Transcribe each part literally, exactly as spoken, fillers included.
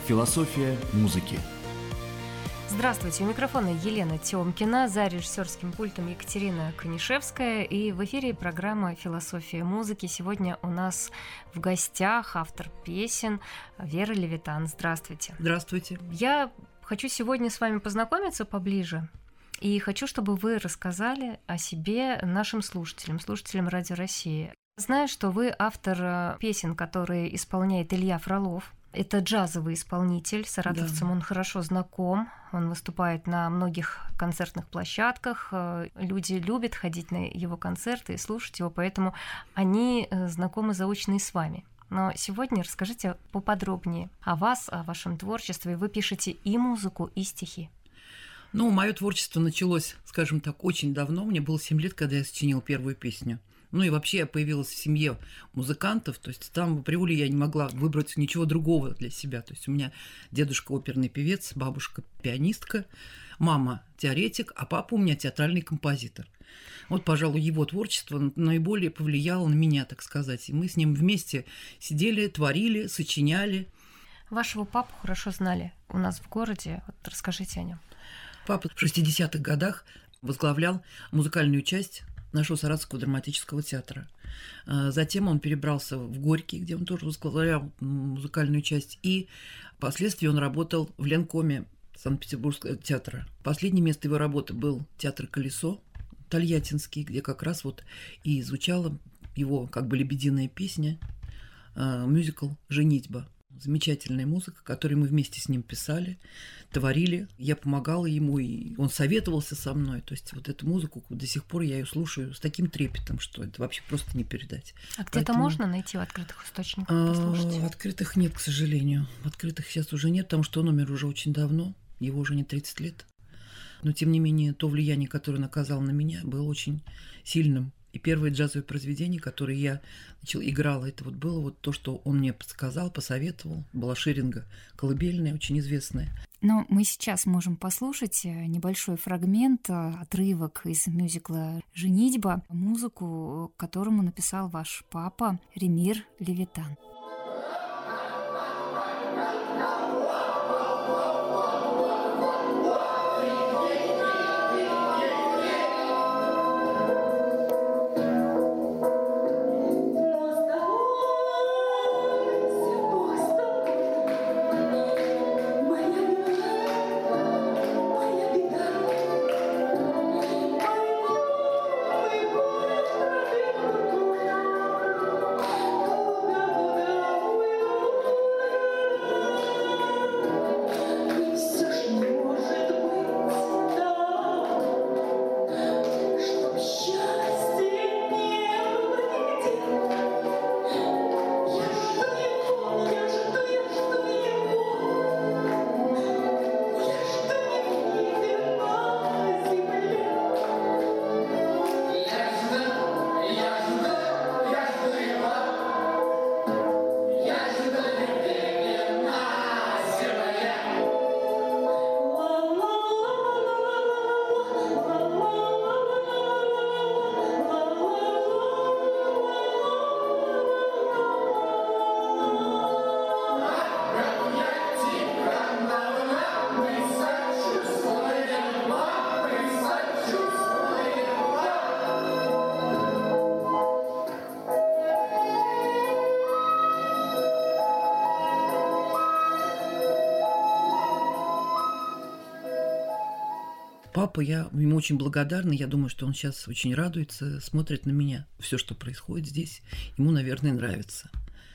Философия музыки. Здравствуйте, у микрофона Елена Тёмкина, за режиссерским пультом Екатерина Канишевская, и в эфире программа «Философия музыки». Сегодня у нас в гостях автор песен Вера Левитан. Здравствуйте. Здравствуйте. Я хочу сегодня с вами познакомиться поближе, и хочу, чтобы вы рассказали о себе нашим слушателям, слушателям Радио России. Знаю, что вы автор песен, которые исполняет Илья Фролов. Это джазовый исполнитель, саратовцам да. Он хорошо знаком, он выступает на многих концертных площадках, люди любят ходить на его концерты и слушать его, поэтому они знакомы заочно и с вами. Но сегодня расскажите поподробнее о вас, о вашем творчестве. Вы пишете и музыку, и стихи. Ну, мое творчество началось, скажем так, очень давно. Мне было семь лет, когда я сочинила первую песню. Ну и вообще я появилась в семье музыкантов, то есть там в априори я не могла выбрать ничего другого для себя. То есть у меня дедушка оперный певец, бабушка пианистка, мама теоретик, а папа у меня театральный композитор. Вот, пожалуй, его творчество наиболее повлияло на меня, так сказать. И мы с ним вместе сидели, творили, сочиняли. Вашего папу хорошо знали у нас в городе. Вот расскажите о нем. Папа в шестидесятых годах возглавлял музыкальную часть нашего Саратовского драматического театра. Затем он перебрался в Горький, где он тоже возглавлял музыкальную часть, и впоследствии он работал в Ленкоме Санкт-Петербургского театра. Последнее место его работы был театр «Колесо» Тольяттинский, где как раз вот и звучала его как бы лебединая песня, мюзикл «Женитьба». Замечательная музыка, которую мы вместе с ним писали, творили. Я помогала ему, и он советовался со мной. То есть вот эту музыку до сих пор я ее слушаю с таким трепетом, что это вообще просто не передать. А где-то Поэтому... можно найти в открытых источниках послушать? В открытых нет, к сожалению. В открытых сейчас уже нет, потому что он умер уже очень давно. Его уже не тридцать лет. Но тем не менее, то влияние, которое он оказал на меня, было очень сильным. И первое джазовое произведение, которое я значит, играла, это вот было вот то, что он мне подсказал, посоветовал. Была Ширинга, колыбельная, очень известная. Но мы сейчас можем послушать небольшой фрагмент, отрывок из мюзикла «Женитьба», музыку, которому написал ваш папа Ремир Левитан. Папа, я ему очень благодарна. Я думаю, что он сейчас очень радуется, смотрит на меня. Все, что происходит здесь, ему, наверное, нравится.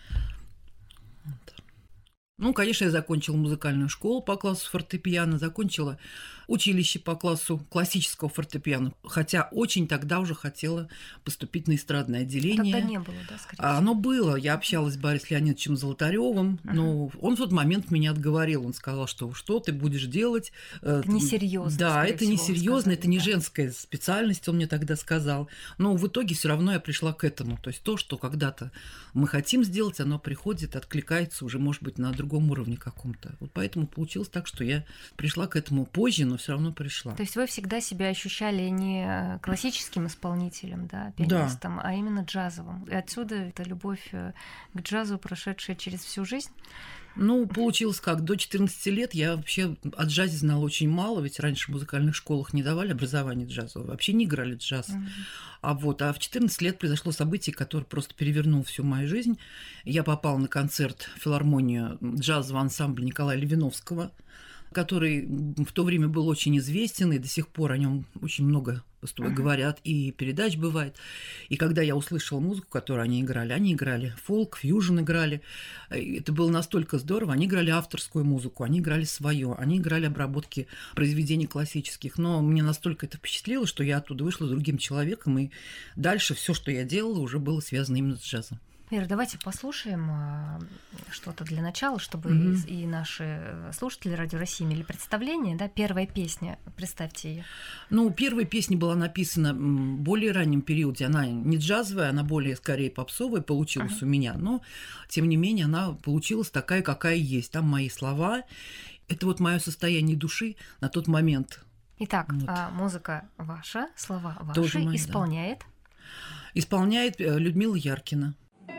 Вот. Ну, конечно, я закончила музыкальную школу по классу фортепиано, закончила училище по классу классического фортепиано, хотя очень тогда уже хотела поступить на эстрадное отделение. Тогда не было, да, скорее всего? Оно было. Я общалась с Борисом Леонидовичем Золотарёвым, uh-huh. но он в тот момент меня отговорил. Он сказал, что что ты будешь делать? Это несерьезно. Да, это несерьезно, это не женская специальность, он мне тогда сказал. Но в итоге все равно я пришла к этому. То есть то, что когда-то мы хотим сделать, оно приходит, откликается уже, может быть, на другом уровне каком-то. Вот поэтому получилось так, что я пришла к этому позже, но все равно пришла. То есть вы всегда себя ощущали не классическим исполнителем, да, пианистом, да. а именно джазовым. И отсюда эта любовь к джазу, прошедшая через всю жизнь. Ну, получилось как. До четырнадцати лет я вообще о джазе знала очень мало, ведь раньше в музыкальных школах не давали образование джазовое, вообще не играли джаз. Mm-hmm. А вот, а в четырнадцать лет произошло событие, которое просто перевернуло всю мою жизнь. Я попала на концерт в филармонию джазового ансамбля Николая Левиновского, который в то время был очень известен, и до сих пор о нем очень много uh-huh. говорят, и передач бывает. И когда я услышала музыку, которую они играли, они играли фолк, фьюжн играли. Это было настолько здорово. Они играли авторскую музыку, они играли свое, они играли обработки произведений классических. Но мне настолько это впечатлило, что я оттуда вышла другим человеком, и дальше все, что я делала, уже было связано именно с джазом. Вера, давайте послушаем что-то для начала, чтобы mm-hmm. и, и наши слушатели Радио России имели представление. Да? Первая песня, представьте ее. Ну, первая песня была написана в более раннем периоде. Она не джазовая, она более, скорее, попсовая получилась uh-huh. у меня. Но, тем не менее, она получилась такая, какая есть. Там мои слова. Это вот мое состояние души на тот момент. Итак, вот. Музыка ваша, слова ваши, мои, исполняет? Да. Исполняет Людмила Яркина.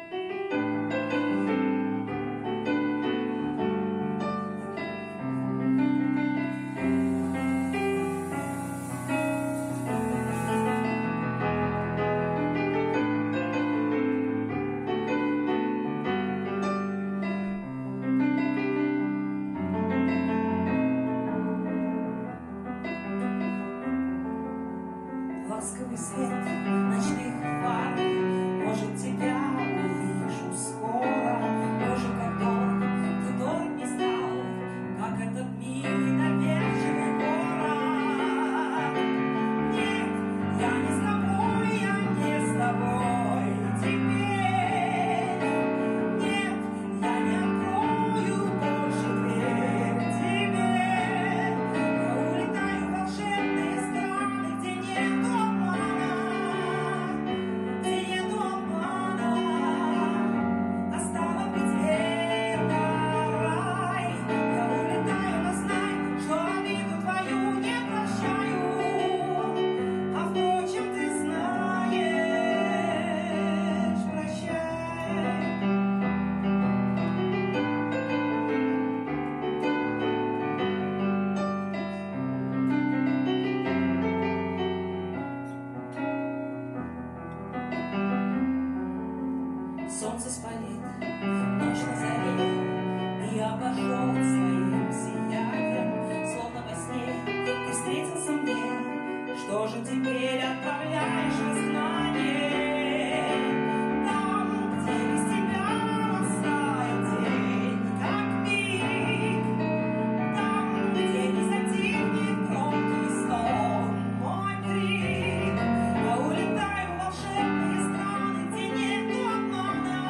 Ласковый свет ночных фар, может, тебя увижу скоро, может, как дорог, ты дорог не стал, как этот милый доверчивый город. Нет, я не с тобой, я не с тобой теперь. Нет, я не открою больше дверь тебе. Я улетаю в волшебные страны, где нету солнце спалит, ночь на заре, и я пошел своим сиянием, словно во сне ты встретился мне. Что же теперь отправляешь в изгнание? Там, где без тебя растает день, как миг, там, где не затихнет громкий стон, мой крик. Я улетаю в волшебные страны, где нету обмана.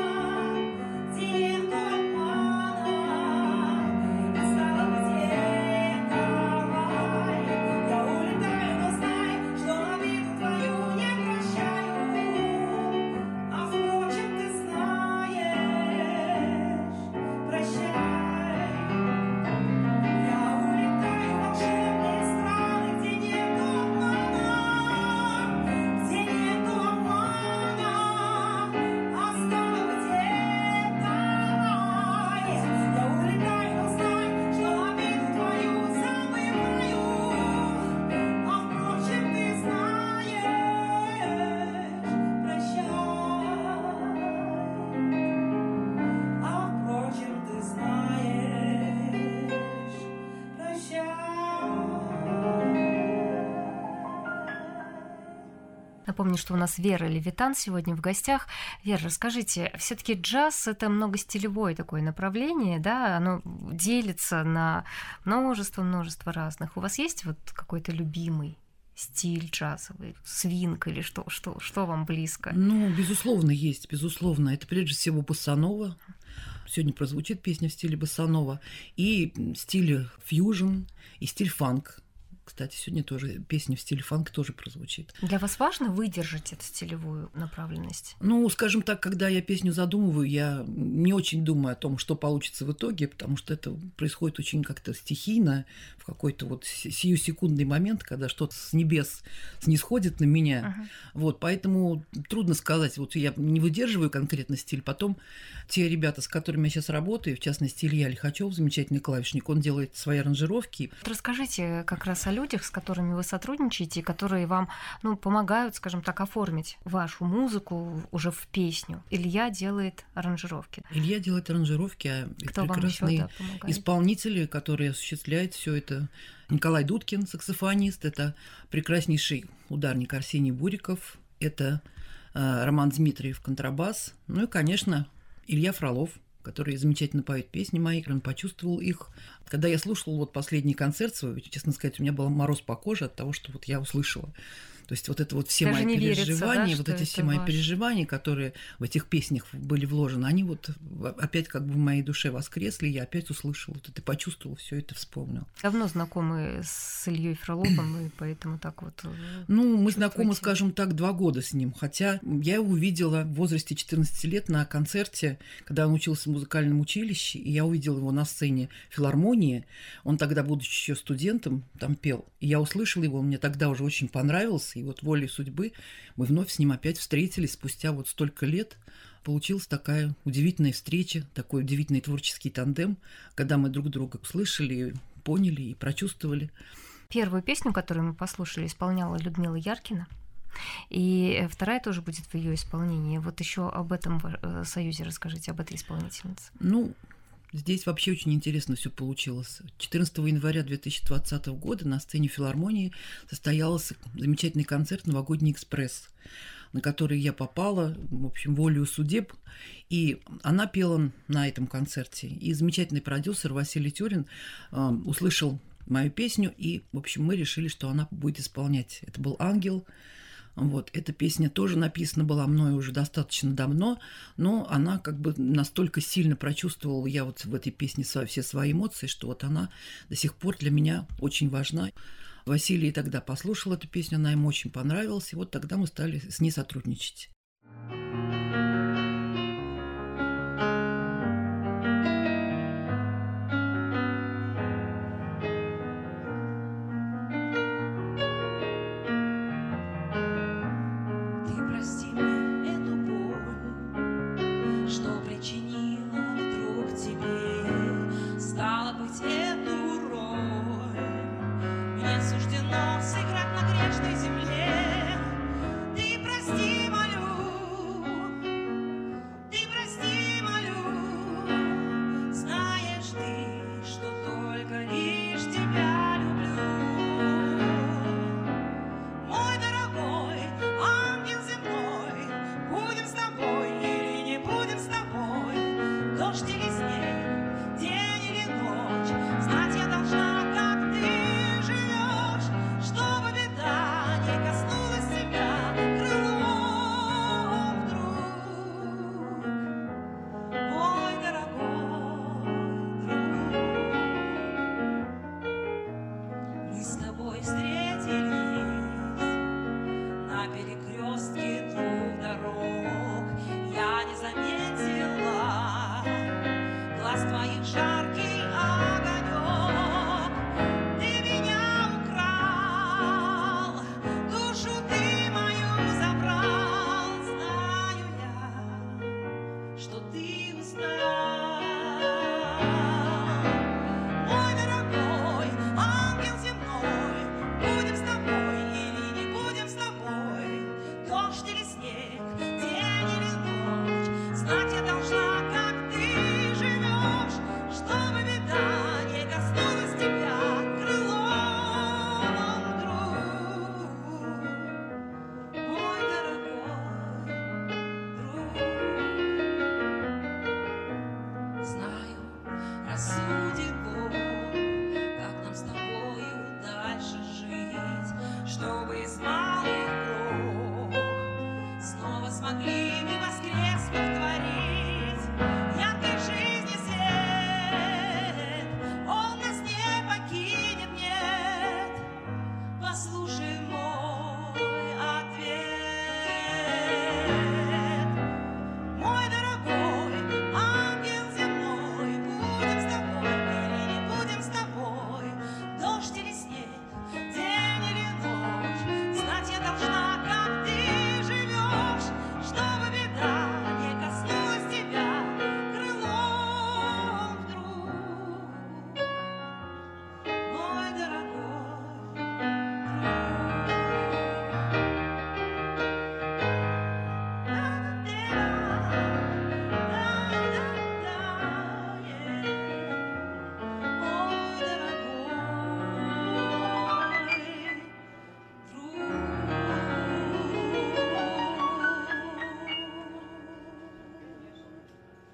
Напомню, что у нас Вера Левитан сегодня в гостях. Вера, расскажите, все-таки джаз — это многостилевое такое направление, да? Оно делится на множество-множество разных. У вас есть вот какой-то любимый стиль джазовый, свинг или что, что, что вам близко? Ну, безусловно, есть, безусловно. Это прежде всего боссанова. Сегодня прозвучит песня в стиле боссанова. И стиль фьюжн, и стиль фанк. кстати, сегодня тоже песня в стиле фанк тоже прозвучит. Для вас важно выдержать эту стилевую направленность? Ну, скажем так, когда я песню задумываю, я не очень думаю о том, что получится в итоге, потому что это происходит очень как-то стихийно, в какой-то вот сиюсекундный момент, когда что-то с небес снисходит на меня. Uh-huh. Вот, поэтому трудно сказать, вот я не выдерживаю конкретно стиль. Потом те ребята, с которыми я сейчас работаю, в частности, Илья Лихачев, замечательный клавишник, он делает свои аранжировки. Расскажите как раз о людях, с которыми вы сотрудничаете, которые вам, ну, помогают, скажем так, оформить вашу музыку уже в песню. Илья делает аранжировки. Илья делает аранжировки, а Кто прекрасные вам ещё, да, исполнители, которые осуществляют все это. Николай Дудкин, саксофонист, это прекраснейший ударник Арсений Буриков, это э, Роман Дмитриев, контрабас, ну и, конечно, Илья Фролов, который замечательно поет песни мои, он почувствовал их. Когда я слушала вот последний концерт свой, честно сказать, у меня был мороз по коже от того, что вот я услышала. То есть вот это вот все Даже мои переживания, верится, да, вот эти все мои ваш... переживания, которые в этих песнях были вложены, они вот опять как бы в моей душе воскресли, я опять услышала вот это, почувствовала, все это вспомнила. Давно знакомы с Ильей Фроловым, и поэтому так вот... Ну, мы знакомы, скажем так, два года с ним, хотя я его увидела в возрасте четырнадцати лет на концерте, когда он учился в музыкальном училище, и я увидела его на сцене филармонии. Он тогда, будучи еще студентом, там пел. И я услышала его, он мне тогда уже очень понравился. И вот волей судьбы мы вновь с ним опять встретились спустя вот столько лет. Получилась такая удивительная встреча, такой удивительный творческий тандем, когда мы друг друга услышали, поняли и прочувствовали. Первую песню, которую мы послушали, исполняла Людмила Яркина. И вторая тоже будет в ее исполнении. Вот еще об этом союзе расскажите, об этой исполнительнице. Ну, здесь вообще очень интересно все получилось. четырнадцатого января две тысячи двадцатого года на сцене филармонии состоялся замечательный концерт «Новогодний экспресс», на который я попала, в общем, волею судеб. И она пела на этом концерте. И замечательный продюсер Василий Тюрин э, услышал мою песню, и, в общем, мы решили, что она будет исполнять. Это был «Ангел». Вот, эта песня тоже написана была мной уже достаточно давно, но она как бы настолько сильно прочувствовала я вот в этой песне все свои эмоции, что вот она до сих пор для меня очень важна. Василий тогда послушал эту песню, она ему очень понравилась, и вот тогда мы стали с ней сотрудничать.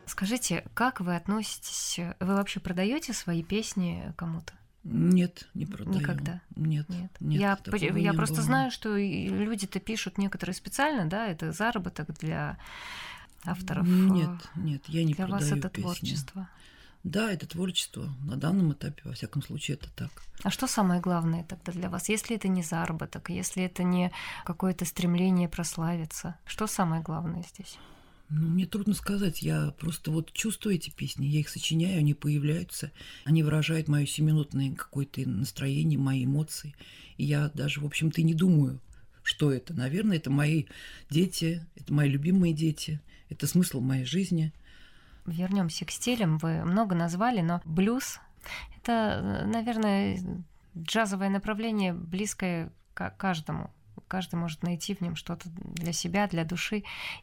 Скажите, как вы относитесь? Вы вообще продаете свои песни кому-то? Нет, не продаю. Никогда? Нет, Нет. нет, я такого я не просто было. знаю, что и люди-то пишут некоторые специально, да, это заработок для авторов. Нет, нет, я не Для продаю вас это песни. творчество. Да, это творчество. На данном этапе, во всяком случае, это так. А что самое главное тогда для вас? Если это не заработок, если это не какое-то стремление прославиться, что самое главное здесь? Ну, мне трудно сказать. Я просто вот чувствую эти песни, я их сочиняю, они появляются, они выражают мое семиминутное какое-то настроение, мои эмоции. И я даже, в общем-то, и не думаю, что это. Наверное, это мои дети, это мои любимые дети, это смысл моей жизни. Вернемся к стилям. Вы много назвали, но блюз — это, наверное, джазовое направление, близкое к каждому. Каждый может найти в нем что-то для себя, для души.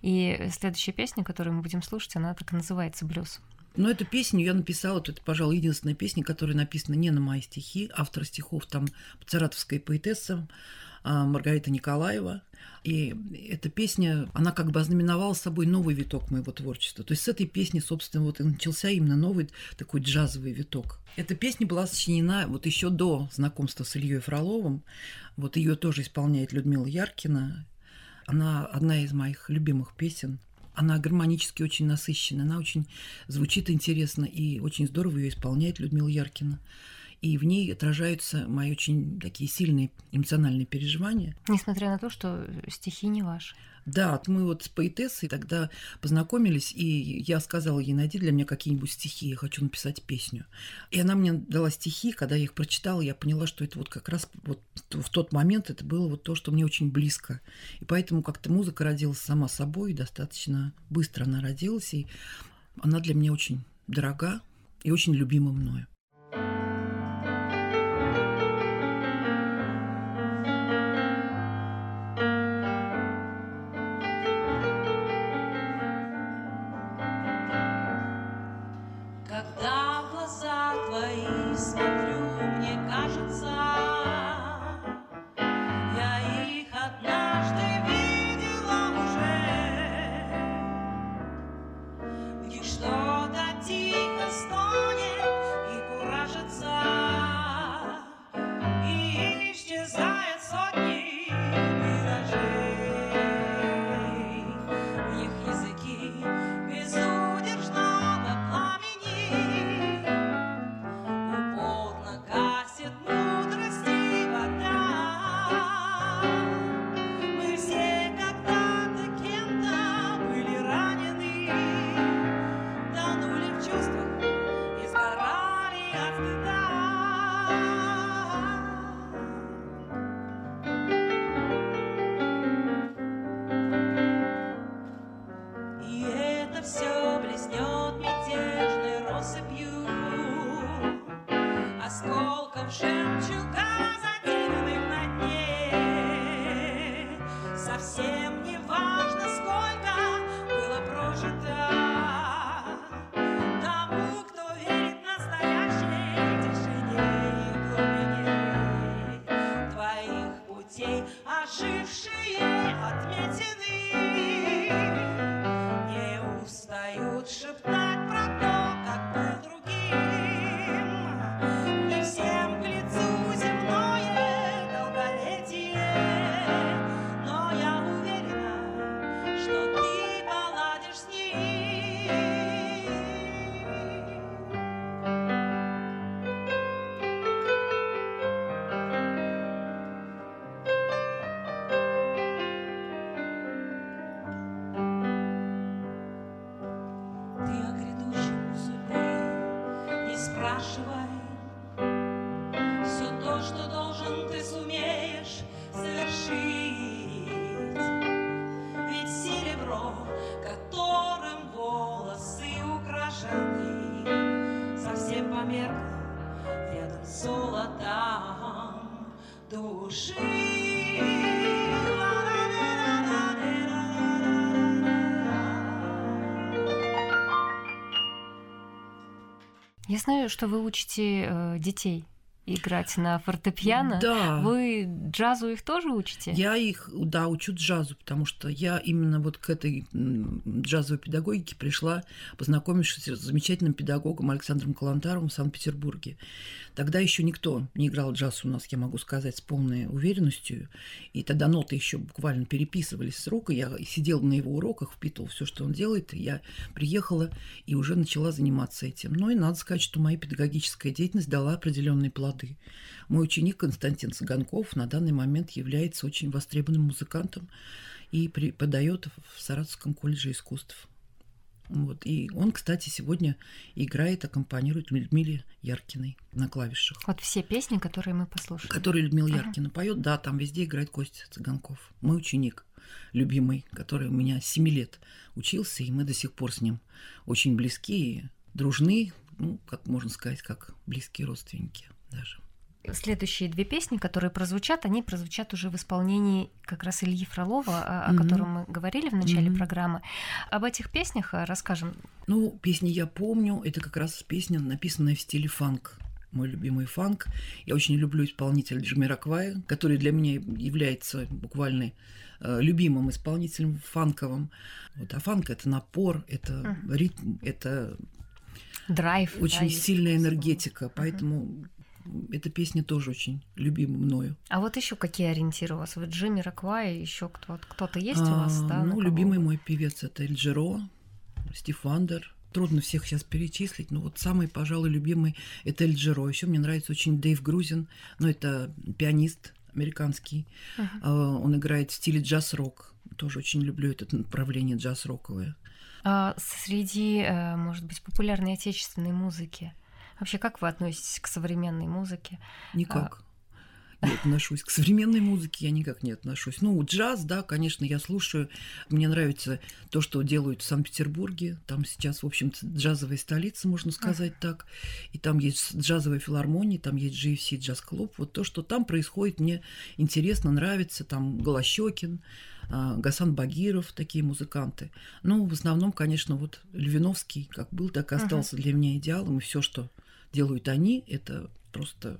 И следующая песня, которую мы будем слушать, она так и называется «Блюз». Но эту песню я написала, это, пожалуй, единственная песня, которая написана не на мои стихи. Автор стихов там саратовская поэтесса Маргарита Николаева. И эта песня, она как бы ознаменовала собой новый виток моего творчества. То есть с этой песни, собственно, вот и начался именно новый такой джазовый виток. Эта песня была сочинена вот еще до знакомства с Ильей Фроловым. Вот ее тоже исполняет Людмила Яркина. Она одна из моих любимых песен. Она гармонически очень насыщенная, она очень звучит интересно, и очень здорово ее исполняет Людмила Яркина. И в ней отражаются мои очень такие сильные эмоциональные переживания. Несмотря на то, что стихи не ваши. Да, мы вот с поэтессой тогда познакомились, и я сказала ей: найди для меня какие-нибудь стихи, я хочу написать песню. И она мне дала стихи, когда я их прочитала, я поняла, что это вот как раз вот в тот момент это было вот то, что мне очень близко. И поэтому как-то музыка родилась сама собой, достаточно быстро она родилась, и она для меня очень дорога и очень любима мною. Когда в глаза твои смотрю, мне кажется, я их однажды видела уже. В них что-то тихо стонет и куражится, и исчезает сотни миражей. В них языки безудержного пламени упорно гасит мудрости вода. Мы все когда-то кем-то были ранены, тонули в чувствах и сгорали от стыда. И это все блеснет мятежной россыпью осколков жемчуга, затерянных на дне. Совсем не важно, сколько было прожито тому, кто верит настоящей тишине и глубине твоих путей, ожившие отметины не устают шептать про то, как был другим. Не всем к лицу земное долголетие, но я уверена, что ты поладишь с ним. Ты о грядущем сумей, не спрашивай. Все то, что должен, ты сумеешь совершить. Ведь серебро, которым волосы украшены, совсем померкло рядом с золотом души. Я знаю, что вы учите э, детей играть на фортепиано. Да. Вы джазу их тоже учите? Я их, да, учу джазу, потому что я именно вот к этой джазовой педагогике пришла, познакомившись с замечательным педагогом Александром Калантаровым в Санкт-Петербурге. Тогда еще никто не играл джаз у нас, я могу сказать, с полной уверенностью. И тогда ноты еще буквально переписывались с рук, и я сидела на его уроках, впитывала все, что он делает, и я приехала и уже начала заниматься этим. Ну и надо сказать, что моя педагогическая деятельность дала определенные плоды. Мой ученик Константин Цыганков на данный момент является очень востребованным музыкантом и преподает в Саратовском колледже искусств. Вот. И он, кстати, сегодня играет, аккомпанирует Людмиле Яркиной на клавишах. Вот все песни, которые мы послушали. Которые Людмила Ага. Яркина поет, да, там везде играет Костя Цыганков. Мой ученик любимый, который у меня с семи лет учился, и мы до сих пор с ним очень близки и дружны, ну, как можно сказать, как близкие родственники даже. Следующие две песни, которые прозвучат, они прозвучат уже в исполнении как раз Ильи Фролова, о, Мгм. о котором мы говорили в начале Мгм. программы. Об этих песнях расскажем. Ну, песни я помню, это как раз песня, написанная в стиле фанк. Мой любимый фанк. Я очень люблю исполнителя Джамироквая, который для меня является буквально э, любимым исполнителем фанковым. Вот, а фанк — это напор, это Мгм. ритм, это Драйв. очень да, есть сильная такое слово. энергетика, поэтому эта песня тоже очень любима мною. А вот еще какие ориентиры у вас? Вот Джимми Роквай, еще кто- кто-то есть у А, вас? Да, на ну, кого любимый вы? мой певец — это Эль Джиро, Стив Вандер. Трудно всех сейчас перечислить, но вот самый, пожалуй, любимый — это Эль Джиро. Еще мне нравится очень Дэйв Грузин, но это пианист американский. Мгм. А, Он играет в стиле джаз-рок. Тоже очень люблю это направление джаз-роковое. А среди, э, может быть, популярной отечественной музыки, вообще как вы относитесь к современной музыке? Никак. Не отношусь. К современной музыке я никак не отношусь. Ну, джаз, да, конечно, я слушаю. Мне нравится то, что делают в Санкт-Петербурге. Там сейчас, в общем-то, джазовая столица, можно сказать так. И там есть джазовая филармония, там есть джи эф си джаз-клуб. Вот то, что там происходит, мне интересно, нравится. Там Голощёкин, а, Гасан Багиров, такие музыканты. Ну, в основном, конечно, вот Львиновский, как был, так и остался для меня идеалом. И все, что делают они, это просто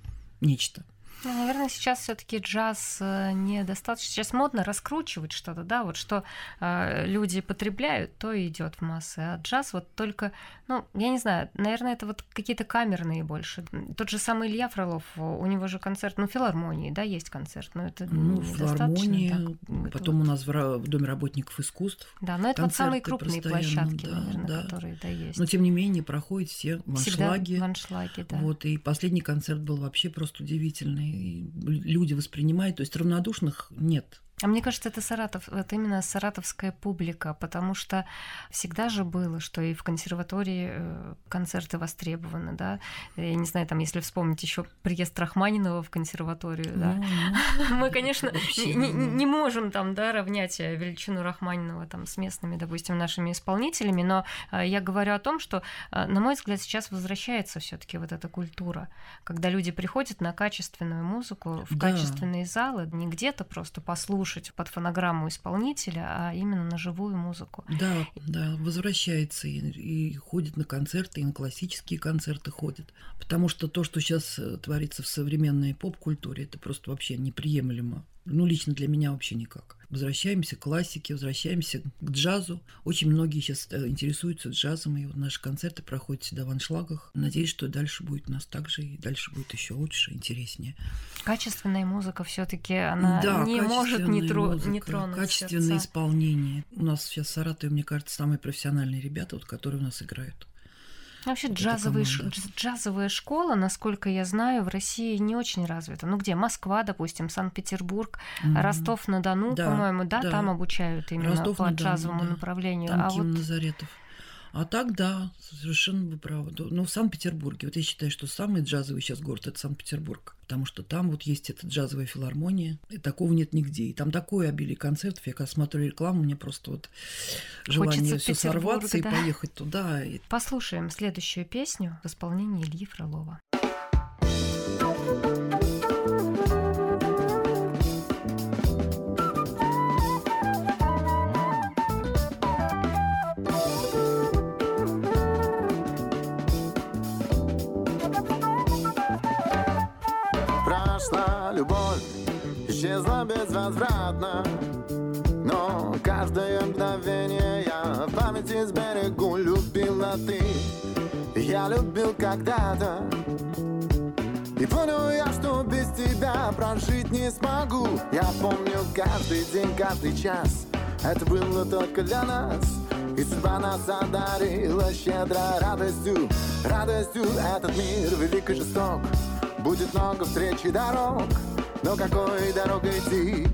нечто. Ну, наверное, сейчас все-таки джаз э, недостаточно. Сейчас модно раскручивать что-то, да, вот что э, люди потребляют, то и идет в массы. А джаз вот только, ну, я не знаю, наверное, это вот какие-то камерные больше. Тот же самый Илья Фролов, у него же концерт, ну, в филармонии, да, есть концерт, но это Ну, в филармонии, так. потом Это у нас в, ра- в Доме работников искусств. вот- Да, но это вот самые концерты крупные постоянно, площадки, да, наверное, да. которые, да, есть. Но, тем не менее, проходят все в Всегда аншлаге. в аншлаге, да. Вот, и последний концерт был вообще просто удивительный. И люди воспринимают, то есть равнодушных нет. А мне кажется, это Саратов, это именно саратовская публика, потому что всегда же было, что и в консерватории э, концерты востребованы, да. Я не знаю, там, если вспомнить еще приезд Рахманинова в консерваторию, да. Ну, ну, Мы, это конечно, вообще, не, не- ну, не можем там, да, равнять э, величину Рахманинова там с местными, допустим, нашими исполнителями, но э, я говорю о том, что, э, на мой взгляд, сейчас возвращается все-таки вот эта культура, когда люди приходят на качественную музыку, в Да. качественные залы, не где-то просто послушать под фонограмму исполнителя, а именно на живую музыку. Да, да, возвращается и, и ходит на концерты, и на классические концерты ходит. Потому что то, что сейчас творится в современной поп-культуре, это просто вообще неприемлемо. Ну, лично для меня вообще никак. Возвращаемся к классике, возвращаемся к джазу. Очень многие сейчас э, интересуются джазом, и вот наши концерты проходят всегда в аншлагах. Надеюсь, что дальше будет у нас так же, и дальше будет еще лучше, интереснее. Качественная музыка все-таки она Да, не может не, качественная тро- музыка, не тронуть качественное сердца. исполнение. У нас сейчас в Саратове, мне кажется, самые профессиональные ребята, вот, которые у нас играют. Вообще Вот эта джазовые ш- команда. дж- джазовая школа, насколько я знаю, в России не очень развита. Ну где? Москва, допустим, Санкт-Петербург, Мгм. Ростов-на-Дону, Да, по-моему, да, да. там обучают именно по Ростов-на-Дону, джазовому да. направлению. Там а Ким вот Назаретов. А так, да, совершенно вы правы. Да, но в Санкт-Петербурге, вот я считаю, что самый джазовый сейчас город – это Санкт-Петербург. Потому что там вот есть эта джазовая филармония, и такого нет нигде. И там такое обилие концертов. Я когда смотрю рекламу, мне просто вот желание Хочется все в Петербург, сорваться да. и поехать туда. И послушаем следующую песню в исполнении Ильи Фролова. исчезла безвозвратно. Но каждое мгновение я в памяти сберегу. Любила ты, я любил когда-то. И понял я, что без тебя прожить не смогу. Я помню каждый день, каждый час. Это было только для нас. И судьба нас одарила щедро радостью. Радостью этот мир велик и жесток. Будет много встреч и дорог, но какой дорогой идти?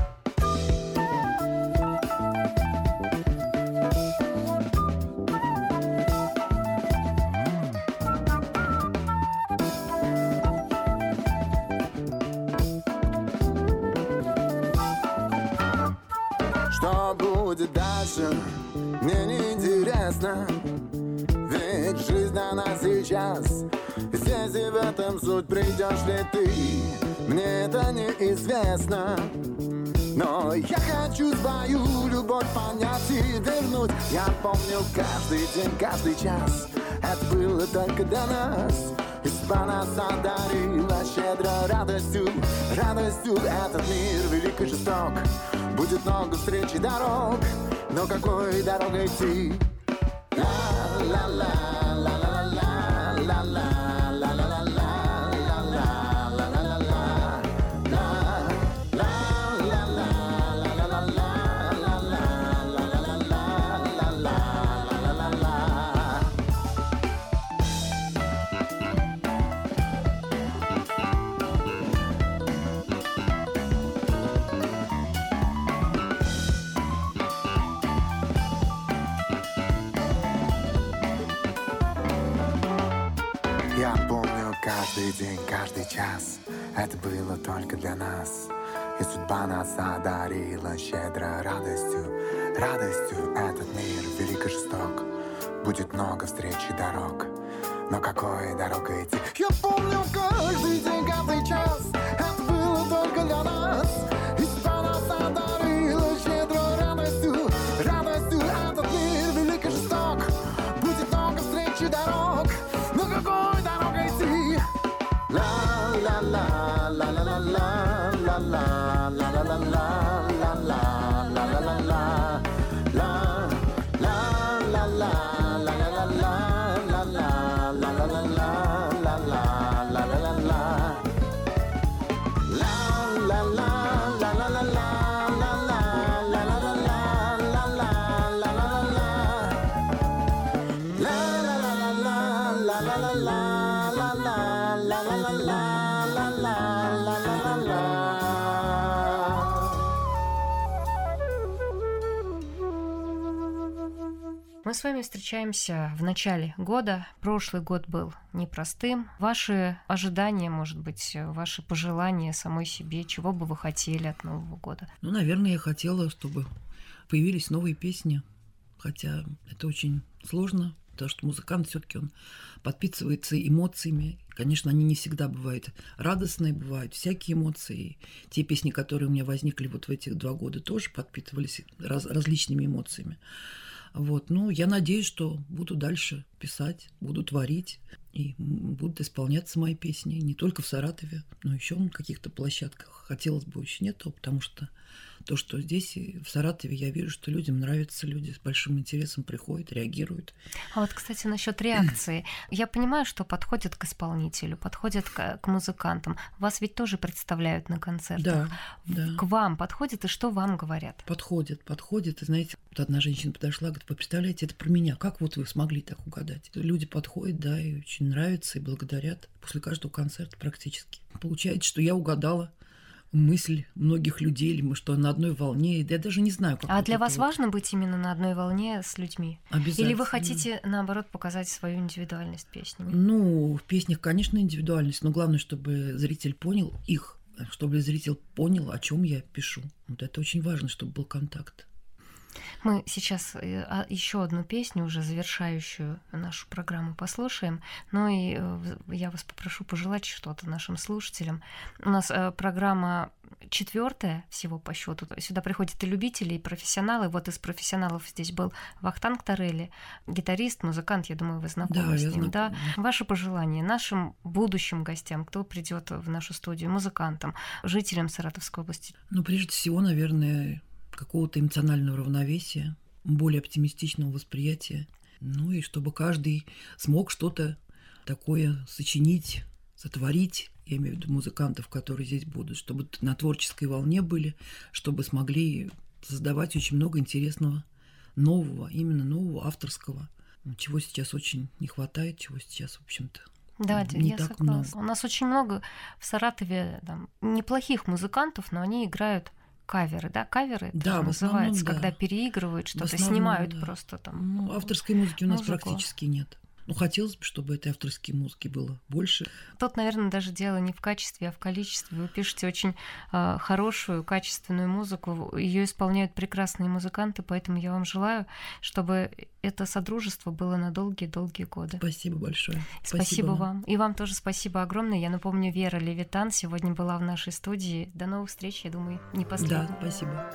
Что будет дальше, мне не интересно. Ведь жизнь она сейчас. Здесь и в этом суть, придешь ли ты, мне это неизвестно. Но я хочу свою любовь понять и вернуть. Я помню каждый день, каждый час. Это было только для нас. И судьба нас одарила щедро радостью. Радостью этот мир велик и жесток. Будет много встреч и дорог, но какой дорогой идти? Ла-ла-ла. Я помню каждый день, каждый час. Это было только для нас. И судьба нас одарила щедро радостью. Радостью этот мир велик и жесток. Будет много встреч и дорог, но какой дорогой идти? Я помню каждый день, каждый час. Это было только для нас. И судьба нас одарила щедро радостью. Радостью этот мир велик и жесток. Будет много встреч и дорог, но какой дорогой идти? Мы с вами встречаемся в начале года. Прошлый год был непростым. Ваши ожидания, может быть, ваши пожелания самой себе, чего бы вы хотели от Нового года? Ну, наверное, я хотела, чтобы появились новые песни. Хотя это очень сложно, потому что музыкант все-таки он подпитывается эмоциями. Конечно, они не всегда бывают радостные, бывают всякие эмоции. Те песни, которые у меня возникли вот в этих два года, тоже подпитывались раз, различными эмоциями. Вот. Ну, я надеюсь, что буду дальше писать, буду творить, и будут исполняться мои песни не только в Саратове, но еще на каких-то площадках. Хотелось бы очень этого, потому что то, что здесь, в Саратове, я вижу, что людям нравится, люди с большим интересом приходят, реагируют. А вот, кстати, насчет реакции. Я понимаю, что подходят к исполнителю, подходят к, к музыкантам. Вас ведь тоже представляют на концертах. Да, да. К вам подходят, и что вам говорят? Подходят, подходят. И знаете, вот одна женщина подошла, говорит: вы представляете, это про меня. Как вот вы смогли так угадать? Люди подходят, да, и очень нравится, и благодарят после каждого концерта практически. Получается, что я угадала мысль многих людей, или мы что, на одной волне. Я даже не знаю, как. А вот для вас вот. важно быть именно на одной волне с людьми? Обязательно. Или вы хотите, наоборот, показать свою индивидуальность песнями? Ну, в песнях, конечно, индивидуальность, но главное, чтобы зритель понял их, чтобы зритель понял, о чем я пишу. Вот это очень важно, чтобы был контакт. Мы сейчас еще одну песню, уже завершающую нашу программу, послушаем. Ну и я вас попрошу пожелать что-то нашим слушателям. У нас программа четвертая всего по счету. Сюда приходят и любители, и профессионалы. Вот из профессионалов здесь был Вахтанг Тарели, гитарист, музыкант, я думаю, вы знакомы да, с я ним. знакома. Да? Ваши пожелания нашим будущим гостям, кто придет в нашу студию, музыкантам, жителям Саратовской области? Ну, прежде всего, наверное, какого-то эмоционального равновесия, более оптимистичного восприятия. Ну и чтобы каждый смог что-то такое сочинить, сотворить, я имею в виду музыкантов, которые здесь будут, чтобы на творческой волне были, чтобы смогли создавать очень много интересного, нового, именно нового, авторского, чего сейчас очень не хватает, чего сейчас, в общем-то, да, не я так согласна. много. У нас очень много в Саратове там, неплохих музыкантов, но они играют каверы, да, каверы это Да, в основном, называется, да. когда переигрывают В что-то, основном, снимают да. просто там. Ну, авторской музыки у нас музыку. практически нет. Ну, хотелось бы, чтобы этой авторской музыки было больше. Тут, наверное, даже дело не в качестве, а в количестве. Вы пишете очень э, хорошую, качественную музыку, ее исполняют прекрасные музыканты, поэтому я вам желаю, чтобы это содружество было на долгие-долгие годы. Спасибо большое. Спасибо, вам. И вам тоже спасибо огромное. Я напомню, Вера Левитан сегодня была в нашей студии. До новых встреч, я думаю, не последних. Да, спасибо.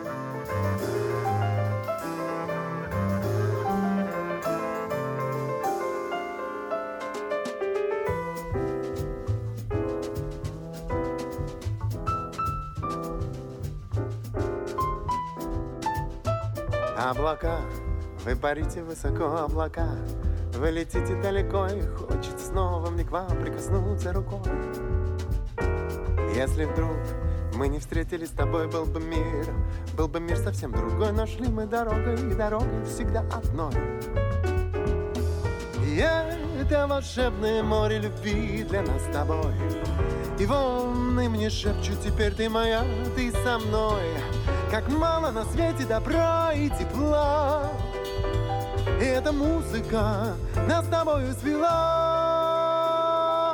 Облака, вы парите высоко, облака, вы летите далеко, и хочется снова мне к вам прикоснуться рукой. Если вдруг мы не встретились с тобой, был бы мир, был бы мир совсем другой, но шли мы дорогой, и дорогой всегда одной. И это волшебное море любви для нас с тобой. И волны мне шепчут, теперь ты моя, ты со мной. Как мало на свете добра и тепла, и эта музыка нас с тобою свела.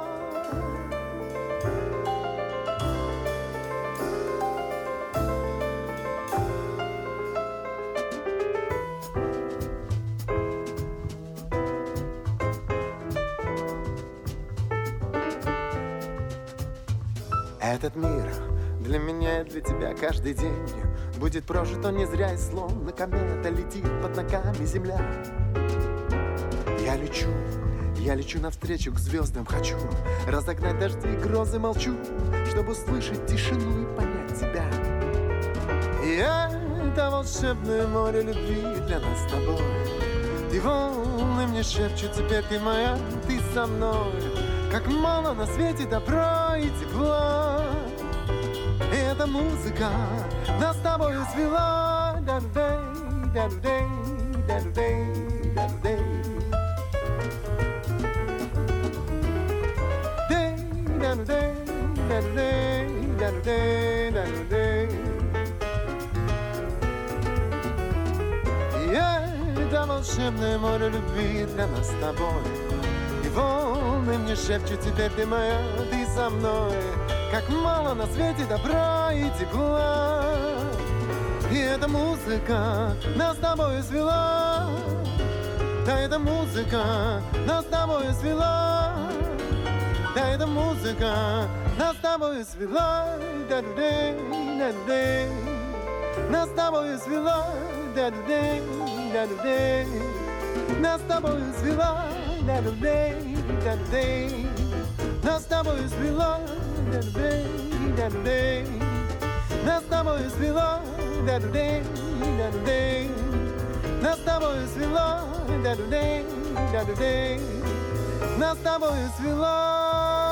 Этот мир для меня и для тебя каждый день будет прожит он не зря, и словно комета летит под ногами земля. Я лечу, я лечу навстречу к звездам, хочу разогнать дожди и грозы, молчу, чтобы услышать тишину и понять тебя. И это волшебное море любви для нас с тобой. И волны мне шепчут, теперь ты моя, ты со мной. Как мало на свете добра и тепла, и эта музыка нас с тобою свела. Да-да-дэй, да-да-дэй, да-да-дэй, да-да-дэй. Дэй, да-да-дэй, да-да-дэй, да-да-дэй, да-да-дэй. И это волшебное море любви для нас с тобой. И волны мне шепчут, теперь ты моя, ты со мной. Как мало на свете добра и тепла, и эта музыка нас с тобой свела. Да, эта музыка нас с тобой свела. Да, эта музыка нас с тобой свела. Да-да-дэй, да-да-дэй. Нас с тобой свела. Да-да-дэй, да-да-дэй. Нас с тобой свела. Да-да-дэй, да-да-дэй. Нас с тобой свела. Да-да-дэй, да-да-дэй. Нас с тобой свела. Да-да-дэй, да-да-дэй. Нас с тобой свела. Да-да-дэй, да-да-дэй. Нас с тобой свела.